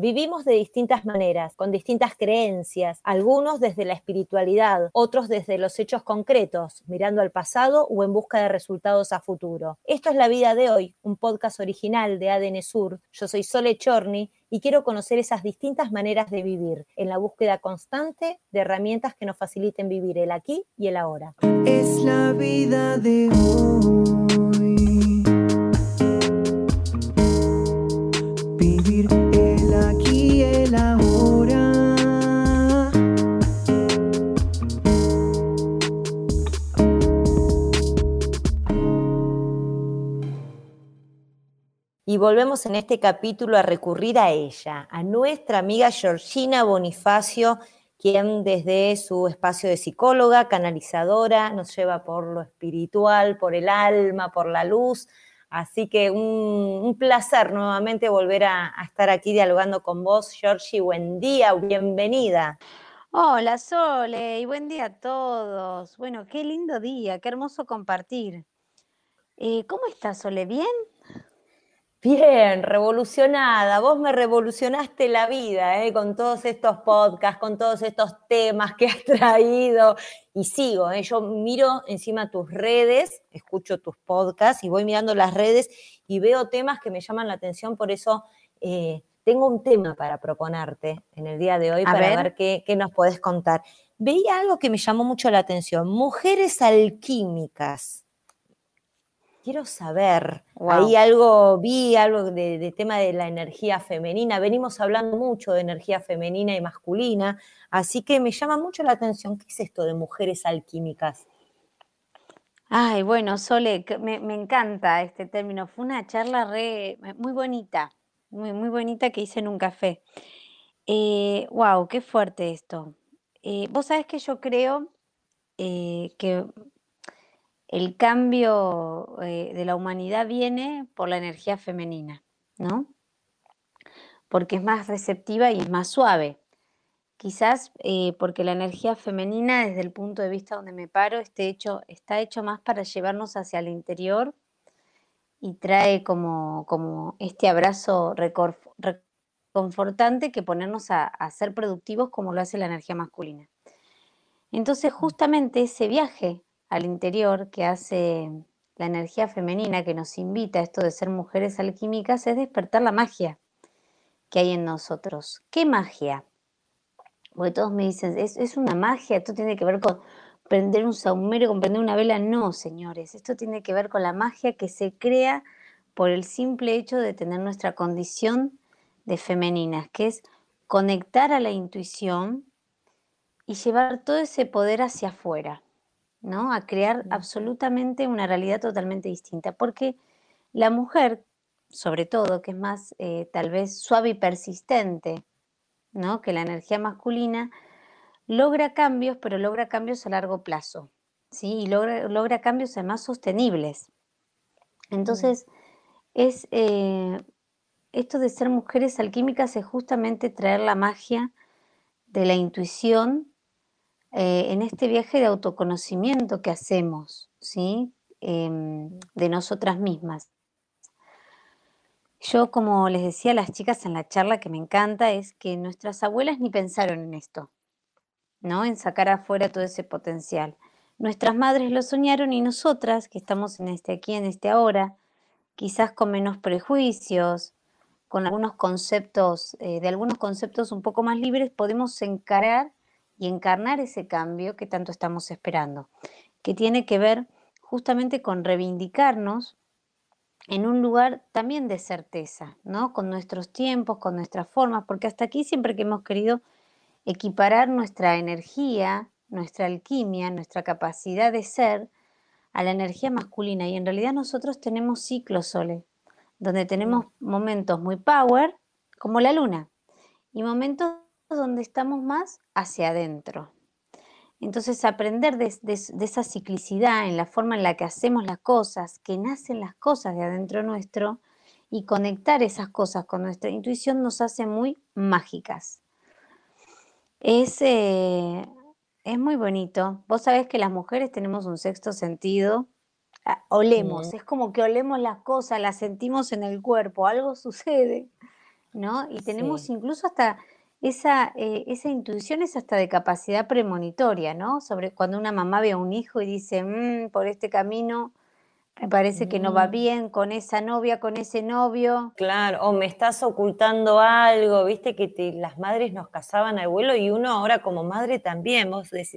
Vivimos de distintas maneras, con distintas creencias, algunos desde la espiritualidad, otros desde los hechos concretos, mirando al pasado o en busca de resultados a futuro. Esto es La Vida de Hoy, un podcast original de ADN Sur. Yo soy Sole Chorny y quiero conocer esas distintas maneras de vivir, en la búsqueda constante de herramientas que nos faciliten vivir el aquí y el ahora. Es la vida de hoy. Vivir el aquí y el ahora. Y volvemos en este capítulo a recurrir a ella, a nuestra amiga Georgina Bonifacio, quien desde su espacio de psicóloga, canalizadora, nos lleva por lo espiritual, por el alma, por la luz. Así que un placer nuevamente volver a estar aquí dialogando con vos, Georgie. Buen día, bienvenida. Hola Sole, y buen día a todos. Bueno, qué lindo día, qué hermoso compartir. ¿Cómo estás, Sole? ¿Bien? Bien, revolucionada. Vos me revolucionaste la vida, con todos estos podcasts, con todos estos temas que has traído. Y sigo, yo miro encima tus redes, escucho tus podcasts y voy mirando las redes y veo temas que me llaman la atención. Por eso tengo un tema para proponerte en el día de hoy para ver qué nos podés contar. Veía algo que me llamó mucho la atención. Mujeres alquímicas. Quiero saber, ahí vi algo de tema de la energía femenina, venimos hablando mucho de energía femenina y masculina, así que me llama mucho la atención, ¿qué es esto de mujeres alquímicas? Ay, bueno, Sole, me encanta este término, fue una charla muy bonita, muy bonita que hice en un café. Wow, qué fuerte esto. Vos sabés que yo creo que el cambio de la humanidad viene por la energía femenina, ¿no? Porque es más receptiva y es más suave. Quizás porque la energía femenina, desde el punto de vista donde me paro, está hecho más para llevarnos hacia el interior y trae como este abrazo reconfortante que ponernos a ser productivos como lo hace la energía masculina. Entonces, justamente ese viaje al interior que hace la energía femenina, que nos invita a esto de ser mujeres alquímicas, es despertar la magia que hay en nosotros. ¿Qué magia? Porque todos me dicen, es una magia, esto tiene que ver con prender un saumero, con prender una vela. No, señores, esto tiene que ver con la magia que se crea por el simple hecho de tener nuestra condición de femeninas, que es conectar a la intuición y llevar todo ese poder hacia afuera, ¿no? A crear absolutamente una realidad totalmente distinta. Porque la mujer, sobre todo, que es más tal vez suave y persistente, ¿no? Que la energía masculina logra cambios, pero logra cambios a largo plazo, ¿sí? Y logra cambios además sostenibles. Entonces, esto de ser mujeres alquímicas es justamente traer la magia de la intuición en este viaje de autoconocimiento que hacemos, ¿sí? De nosotras mismas. Yo, como les decía a las chicas en la charla, que me encanta, es que nuestras abuelas ni pensaron en esto, ¿no? En sacar afuera todo ese potencial. Nuestras madres lo soñaron y nosotras, que estamos en este aquí, en este ahora, quizás con menos prejuicios, con algunos conceptos, de algunos conceptos un poco más libres, podemos encarar y encarnar ese cambio que tanto estamos esperando, que tiene que ver justamente con reivindicarnos en un lugar también de certeza, ¿no? Con nuestros tiempos, con nuestras formas, porque hasta aquí siempre que hemos querido equiparar nuestra energía, nuestra alquimia, nuestra capacidad de ser a la energía masculina. Y en realidad nosotros tenemos ciclos, Sole, donde tenemos momentos muy power, como la luna, y momentos donde estamos más hacia adentro. Entonces, aprender de esa ciclicidad en la forma en la que hacemos las cosas, que nacen las cosas de adentro nuestro, y conectar esas cosas con nuestra intuición nos hace muy mágicas. Es muy bonito. Vos sabés que las mujeres tenemos un sexto sentido. Olemos, es como que olemos las cosas, las sentimos en el cuerpo, algo sucede. ¿no? Y tenemos Sí. incluso hasta esa intuición es hasta de capacidad premonitoria, ¿no? Sobre cuando una mamá ve a un hijo y dice, por este camino me parece que no va Mm, bien con esa novia, con ese novio. claro, o me estás ocultando algo, viste que las madres nos casaban al vuelo y uno ahora como madre también, vos decís,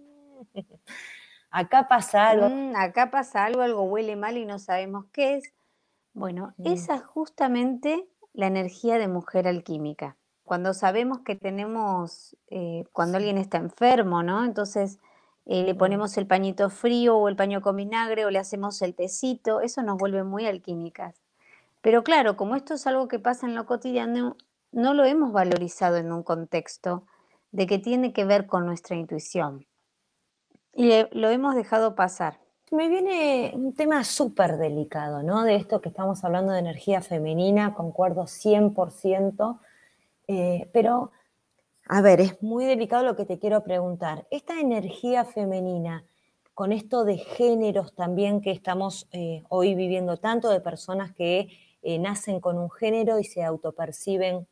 acá pasa algo. Acá pasa algo, algo huele mal y no sabemos qué es. Bueno, Mm, esa es justamente la energía de mujer alquímica. Cuando sabemos que tenemos, cuando sí, alguien está enfermo, ¿no? Entonces le mm, ponemos el pañito frío o el paño con vinagre o le hacemos el tecito, eso nos vuelve muy alquímicas. Pero claro, como esto es algo que pasa en lo cotidiano, no lo hemos valorizado en un contexto de que tiene que ver con nuestra intuición y lo hemos dejado pasar. Me viene un tema súper delicado, ¿no? De esto que estamos hablando de energía femenina, concuerdo 100%, pero, a ver, es muy delicado lo que te quiero preguntar. Esta energía femenina, con esto de géneros también que estamos hoy viviendo tanto, de personas que nacen con un género y se autoperciben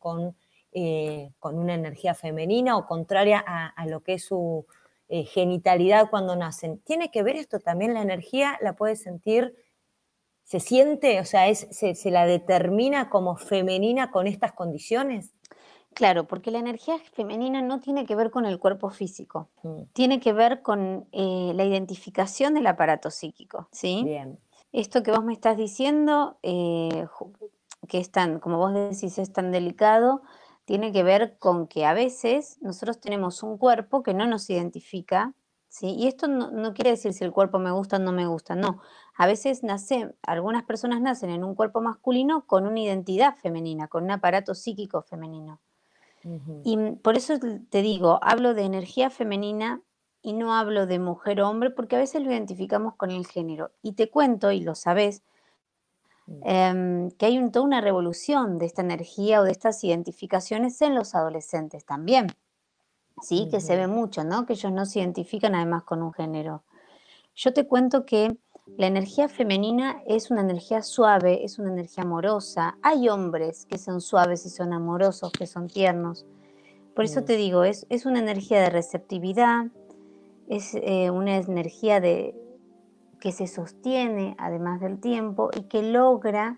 con una energía femenina o contraria a lo que es su genitalidad cuando nacen. ¿Tiene que ver esto también la energía? ¿La puedes sentir? ¿Se siente? O sea, se la determina como femenina con estas condiciones? Claro, porque la energía femenina no tiene que ver con el cuerpo físico, Mm, tiene que ver con la identificación del aparato psíquico, ¿sí? bien. Esto que vos me estás diciendo, que es tan, como vos decís, es tan delicado, tiene que ver con que a veces nosotros tenemos un cuerpo que no nos identifica, ¿sí? Y esto no quiere decir si el cuerpo me gusta o no me gusta, no. A veces algunas personas nacen en un cuerpo masculino con una identidad femenina, con un aparato psíquico femenino. Ujú. Y por eso te digo, hablo de energía femenina y no hablo de mujer o hombre, porque a veces lo identificamos con el género. Y te cuento, y lo sabes, Mm, que hay toda una revolución de esta energía o de estas identificaciones en los adolescentes también, ¿sí? Que se ve ujú, mucho, ¿no? Que ellos no se identifican además con un género. Yo te cuento que la energía femenina es una energía suave, es una energía amorosa. Hay hombres que son suaves y son amorosos, que son tiernos. Por eso mm, te digo, es una energía de receptividad, es una energía que se sostiene además del tiempo y que logra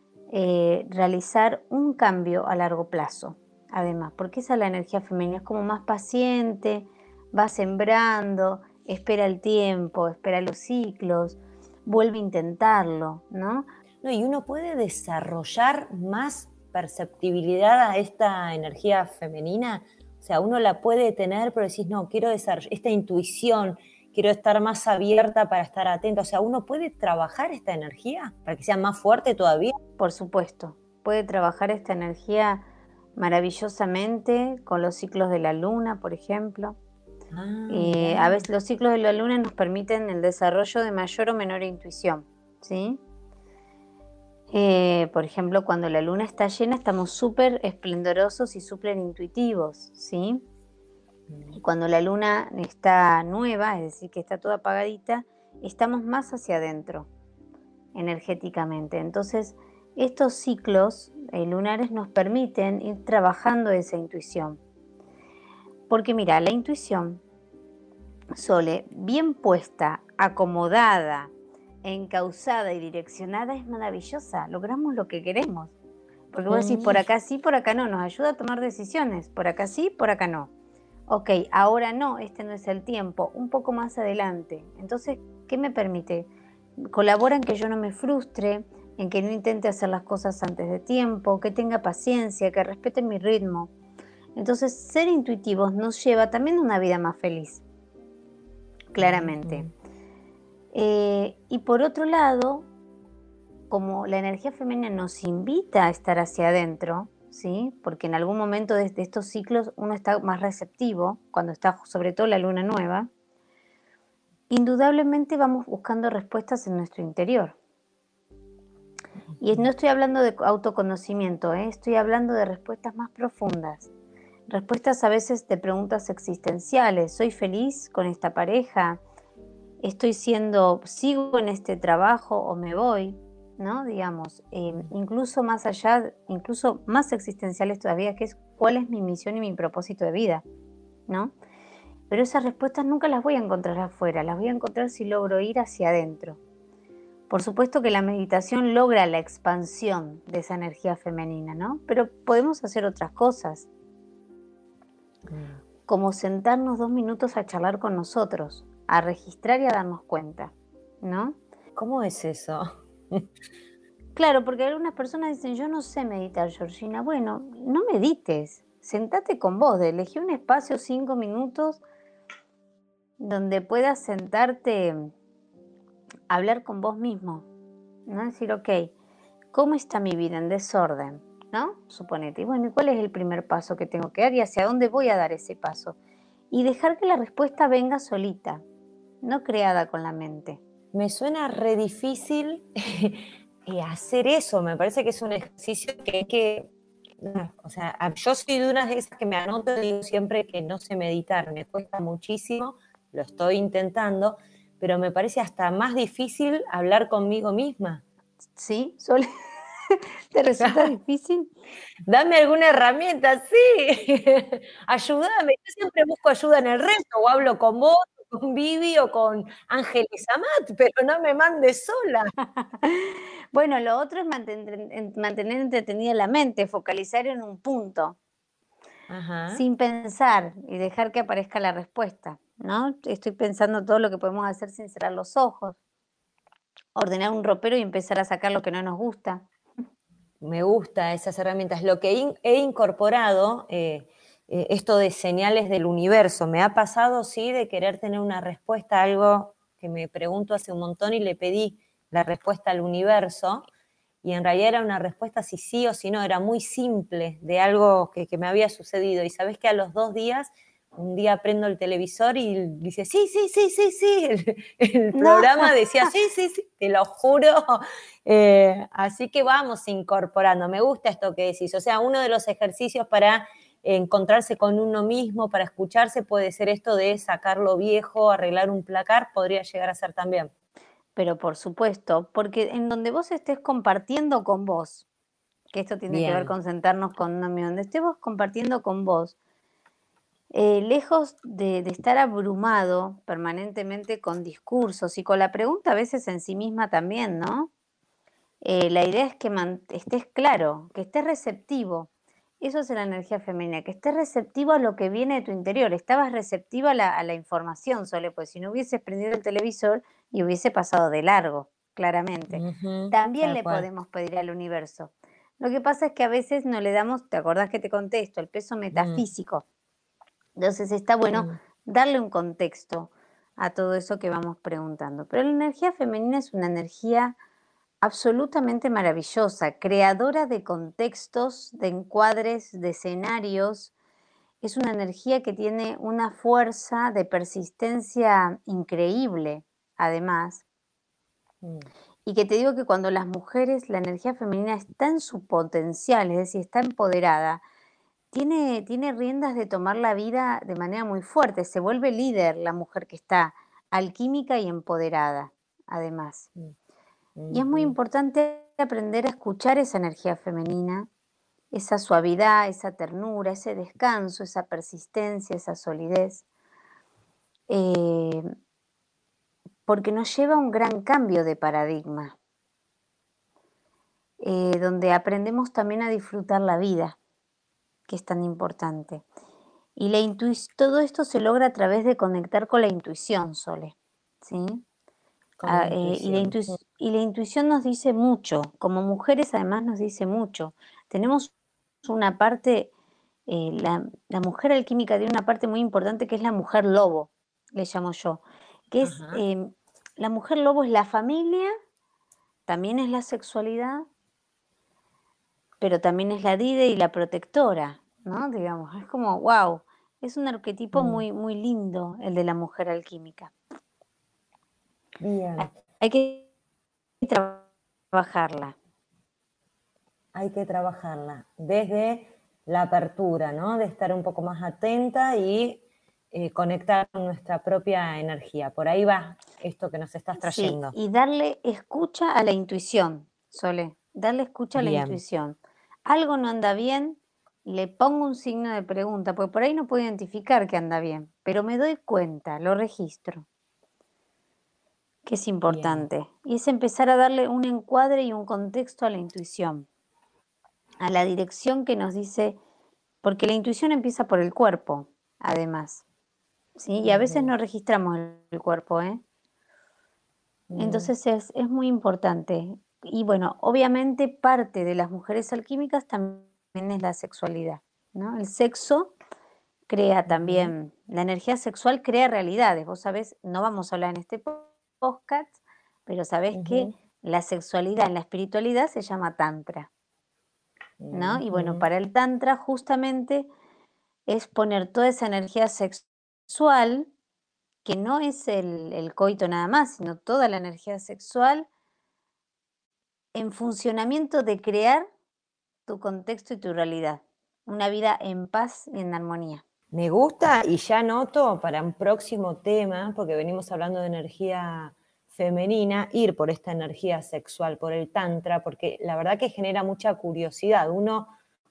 realizar un cambio a largo plazo, además, porque esa es la energía femenina, es como más paciente, va sembrando, espera el tiempo, espera los ciclos, vuelve a intentarlo, ¿no? no, y uno puede desarrollar más perceptibilidad a esta energía femenina. O sea, uno la puede tener, pero decís, no, quiero desarrollar esta intuición, quiero estar más abierta para estar atenta. O sea, uno puede trabajar esta energía para que sea más fuerte todavía. Por supuesto, puede trabajar esta energía maravillosamente con los ciclos de la luna, por ejemplo. Ah, mirá. A veces los ciclos de la luna nos permiten el desarrollo de mayor o menor intuición, ¿sí? Por ejemplo, cuando la luna está llena estamos súper esplendorosos y súper intuitivos, ¿sí? Y Mm, cuando la luna está nueva, es decir, que está toda apagadita, estamos más hacia adentro energéticamente. Entonces, estos ciclos lunares nos permiten ir trabajando esa intuición. Porque mira, la intuición, Sole, bien puesta, acomodada, encauzada y direccionada es maravillosa. Logramos lo que queremos. Porque vos decís, por mm, acá sí, por acá no. Nos ayuda a tomar decisiones. Por acá sí, por acá no. Ok, ahora no, este no es el tiempo. Un poco más adelante. Entonces, ¿qué me permite? Colabora en que yo no me frustre, en que no intente hacer las cosas antes de tiempo, que tenga paciencia, que respete mi ritmo. Entonces, ser intuitivos nos lleva también a una vida más feliz, claramente. ujú. Y por otro lado, como la energía femenina nos invita a estar hacia adentro, ¿sí? Porque en algún momento de estos ciclos uno está más receptivo, cuando está sobre todo la luna nueva, indudablemente vamos buscando respuestas en nuestro interior. Y no estoy hablando de autoconocimiento, estoy hablando de respuestas más profundas. Respuestas a veces de preguntas existenciales. ¿Soy feliz con esta pareja? ¿Sigo en este trabajo o me voy? ¿no? Digamos, incluso más allá, incluso más existenciales todavía, que es cuál es mi misión y mi propósito de vida, ¿no? Pero esas respuestas nunca las voy a encontrar afuera, las voy a encontrar si logro ir hacia adentro. Por supuesto que la meditación logra la expansión de esa energía femenina, ¿no? Pero podemos hacer otras cosas, como sentarnos 2 minutos a charlar con nosotros, a registrar y a darnos cuenta, ¿no? ¿Cómo es eso? Claro, porque algunas personas dicen, yo no sé meditar, Georgina. Bueno, no medites, sentate con vos, elegí un espacio 5 minutos donde puedas sentarte a hablar con vos mismo, ¿no? Decir, ok, ¿cómo está mi vida en desorden? ¿No? Suponete. Y bueno, ¿y cuál es el primer paso que tengo que dar y hacia dónde voy a dar ese paso? Y dejar que la respuesta venga solita, no creada con la mente. Me suena re difícil hacer eso. Me parece que es un ejercicio que hay que... O sea, yo soy de unas de esas que me anoto y digo siempre que no sé meditar. Me cuesta muchísimo, lo estoy intentando, pero me parece hasta más difícil hablar conmigo misma. ¿Sí? ¿Te resulta difícil? Dame alguna herramienta, sí. Ayúdame. Yo siempre busco ayuda en el resto, o hablo con vos, o con Vivi, o con Ángeles Amat, pero no me mandes sola. Bueno, lo otro es mantener entretenida la mente, focalizar en un punto, Ajá. sin pensar y dejar que aparezca la respuesta, ¿no? Estoy pensando todo lo que podemos hacer sin cerrar los ojos, ordenar un ropero y empezar a sacar lo que no nos gusta. Me gusta esas herramientas. Lo que he incorporado, esto de señales del universo, me ha pasado, sí, de querer tener una respuesta a algo que me pregunto hace un montón y le pedí la respuesta al universo, y en realidad era una respuesta si sí o si no, era muy simple de algo que me había sucedido. Y sabés que a los 2 días, un día prendo el televisor y dice, sí, sí, sí, sí, sí. El No, programa decía, sí, sí, sí, te lo juro. Así que vamos incorporando. Me gusta esto que decís. O sea, uno de los ejercicios para encontrarse con uno mismo, para escucharse, puede ser esto de sacar lo viejo, arreglar un placar, podría llegar a ser también. pero por supuesto, porque en donde vos estés compartiendo con vos, que esto tiene que ver Bien. con sentarnos con uno mismo, donde estemos compartiendo con vos, lejos de estar abrumado permanentemente con discursos y con la pregunta a veces en sí misma también, ¿no? La idea es que estés claro, que estés receptivo. Eso es la energía femenina, que estés receptivo a lo que viene de tu interior. Estabas receptiva a la información, Sole, pues si no hubieses prendido el televisor y hubiese pasado de largo, claramente. Ujú, También tal le cual. podemos pedir al universo. Lo que pasa es que a veces no le damos, ¿te acordás que te conté esto? El peso Mm, metafísico. Entonces está bueno mm. darle un contexto a todo eso que vamos preguntando. Pero la energía femenina es una energía absolutamente maravillosa, creadora de contextos, de encuadres, de escenarios. Es una energía que tiene una fuerza de persistencia increíble, además. Mm. Y que te digo que cuando las mujeres, la energía femenina está en su potencial, es decir, está empoderada, tiene riendas de tomar la vida de manera muy fuerte, se vuelve líder la mujer que está alquímica y empoderada, además. Mm, Y es muy ujú. importante aprender a escuchar esa energía femenina, esa suavidad, esa ternura, ese descanso, esa persistencia, esa solidez, eh, porque nos lleva a un gran cambio de paradigma, donde aprendemos también a disfrutar la vida, que es tan importante. Y todo esto se logra a través de conectar con la intuición, Sole, ¿sí? Con la Y intuición. la intuición nos dice mucho, como mujeres además nos dice mucho. Tenemos una parte, la mujer alquímica tiene una parte muy importante que es la mujer lobo, le llamo yo, que es, Ajá. la mujer lobo es la familia, también es la sexualidad, pero también es la líder y la protectora, ¿no? Digamos, es como, wow, es un arquetipo Mm, muy, muy lindo el de la mujer alquímica. bien. Hay que trabajarla. Hay que trabajarla desde la apertura, ¿no? De estar un poco más atenta y conectar con nuestra propia energía. Por ahí va esto que nos estás Sí, trayendo. y darle escucha a la intuición. Sole, darle escucha a la Bien, intuición. Algo no anda bien, le pongo un signo de pregunta, porque por ahí no puedo identificar que anda bien, pero me doy cuenta, lo registro, que es bien. importante. Y es empezar a darle un encuadre y un contexto a la intuición, a la dirección que nos dice, porque la intuición empieza por el cuerpo, además, ¿sí? Y a veces Ujú, no registramos el cuerpo, ¿eh? mm, Entonces es muy importante. Y bueno, obviamente parte de las mujeres alquímicas también es la sexualidad, ¿no? El sexo crea ujú, también, la energía sexual crea realidades. Vos sabés, no vamos a hablar en este podcast, pero sabés que ujú, la sexualidad en la espiritualidad se llama tantra, ¿no? Y bueno, ujú. para el tantra justamente es poner toda esa energía sexual, que no es el coito nada más, sino toda la energía sexual en funcionamiento de crear tu contexto y tu realidad. Una vida en paz y en armonía. Me gusta y ya noto para un próximo tema, porque venimos hablando de energía femenina, ir por esta energía sexual, por el tantra, porque la verdad que genera mucha curiosidad. Uno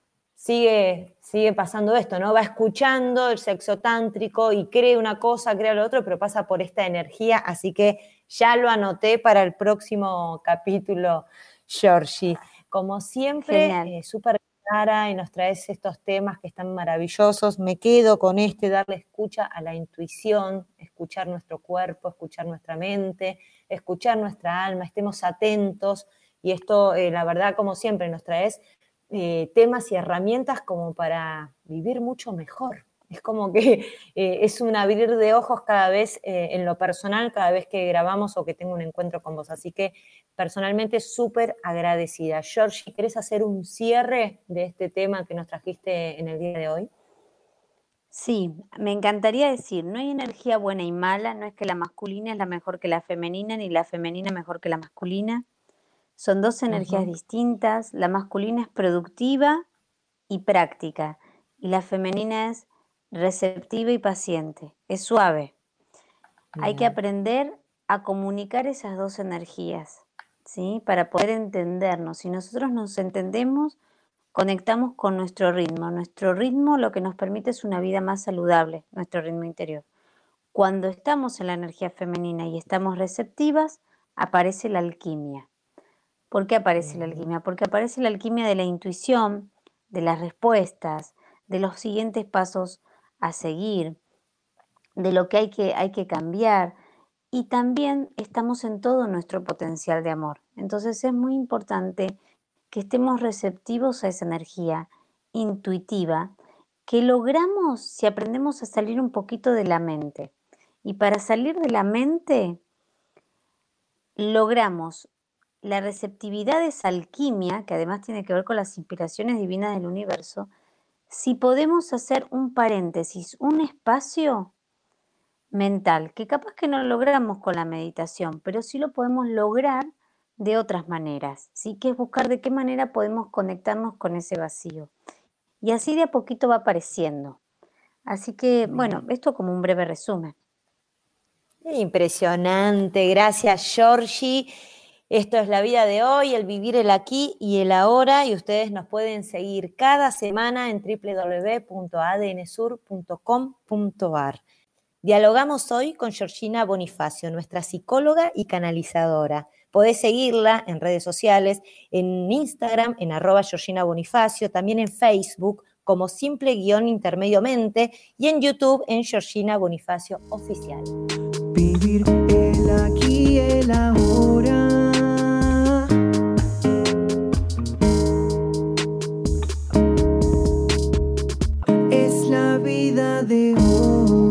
sigue pasando esto, ¿no? Va escuchando el sexo tántrico y cree una cosa, cree lo otro, pero pasa por esta energía, así que ya lo anoté para el próximo capítulo, Georgie. Como siempre, Genial. súper clara y nos traes estos temas que están maravillosos. Me quedo con darle escucha a la intuición, escuchar nuestro cuerpo, escuchar nuestra mente, escuchar nuestra alma, estemos atentos. Y esto, la verdad, como siempre, nos traes temas y herramientas como para vivir mucho mejor. Es como que es un abrir de ojos cada vez en lo personal, cada vez que grabamos o que tengo un encuentro con vos. Así que personalmente súper agradecida. Georgie, ¿querés hacer un cierre de este tema que nos trajiste en el día de hoy? Sí, me encantaría decir, no hay energía buena y mala, no es que la masculina es la mejor que la femenina, ni la femenina mejor que la masculina. Son dos energías Ujú. distintas. La masculina es productiva y práctica, y la femenina es receptiva y paciente, es suave. Hay que Bien. aprender a comunicar esas dos energías, ¿sí? Para poder entendernos. Si nosotros nos entendemos, conectamos con nuestro ritmo. Nuestro ritmo lo que nos permite es una vida más saludable, nuestro ritmo interior. Cuando estamos en la energía femenina y estamos receptivas, aparece la alquimia. ¿Por qué aparece la Ujú. alquimia? Porque aparece la alquimia de la intuición, de las respuestas, de los siguientes pasos a seguir, de lo que hay que cambiar. Y también estamos en todo nuestro potencial de amor. Entonces es muy importante que estemos receptivos a esa energía intuitiva que logramos si aprendemos a salir un poquito de la mente. Y para salir de la mente, logramos la receptividad de esa alquimia, que además tiene que ver con las inspiraciones divinas del universo, si podemos hacer un paréntesis, un espacio mental, que capaz que no lo logramos con la meditación, pero sí lo podemos lograr de otras maneras, ¿sí? Que es buscar de qué manera podemos conectarnos con ese vacío. Y así de a poquito va apareciendo. Así que, bueno, Bien. esto como un breve resumen. Impresionante, gracias Georgie. Esto es la vida de hoy, el vivir el aquí y el ahora, y ustedes nos pueden seguir cada semana en www.adnsur.com.ar. Dialogamos hoy con Georgina Bonifacio, nuestra psicóloga y canalizadora. Podés seguirla en redes sociales, en Instagram, en @GeorginaBonifacio, también en Facebook como simple-intermediomente y en YouTube en Georgina Bonifacio Oficial. Vivir el aquí y el ahora. Es la vida de hoy.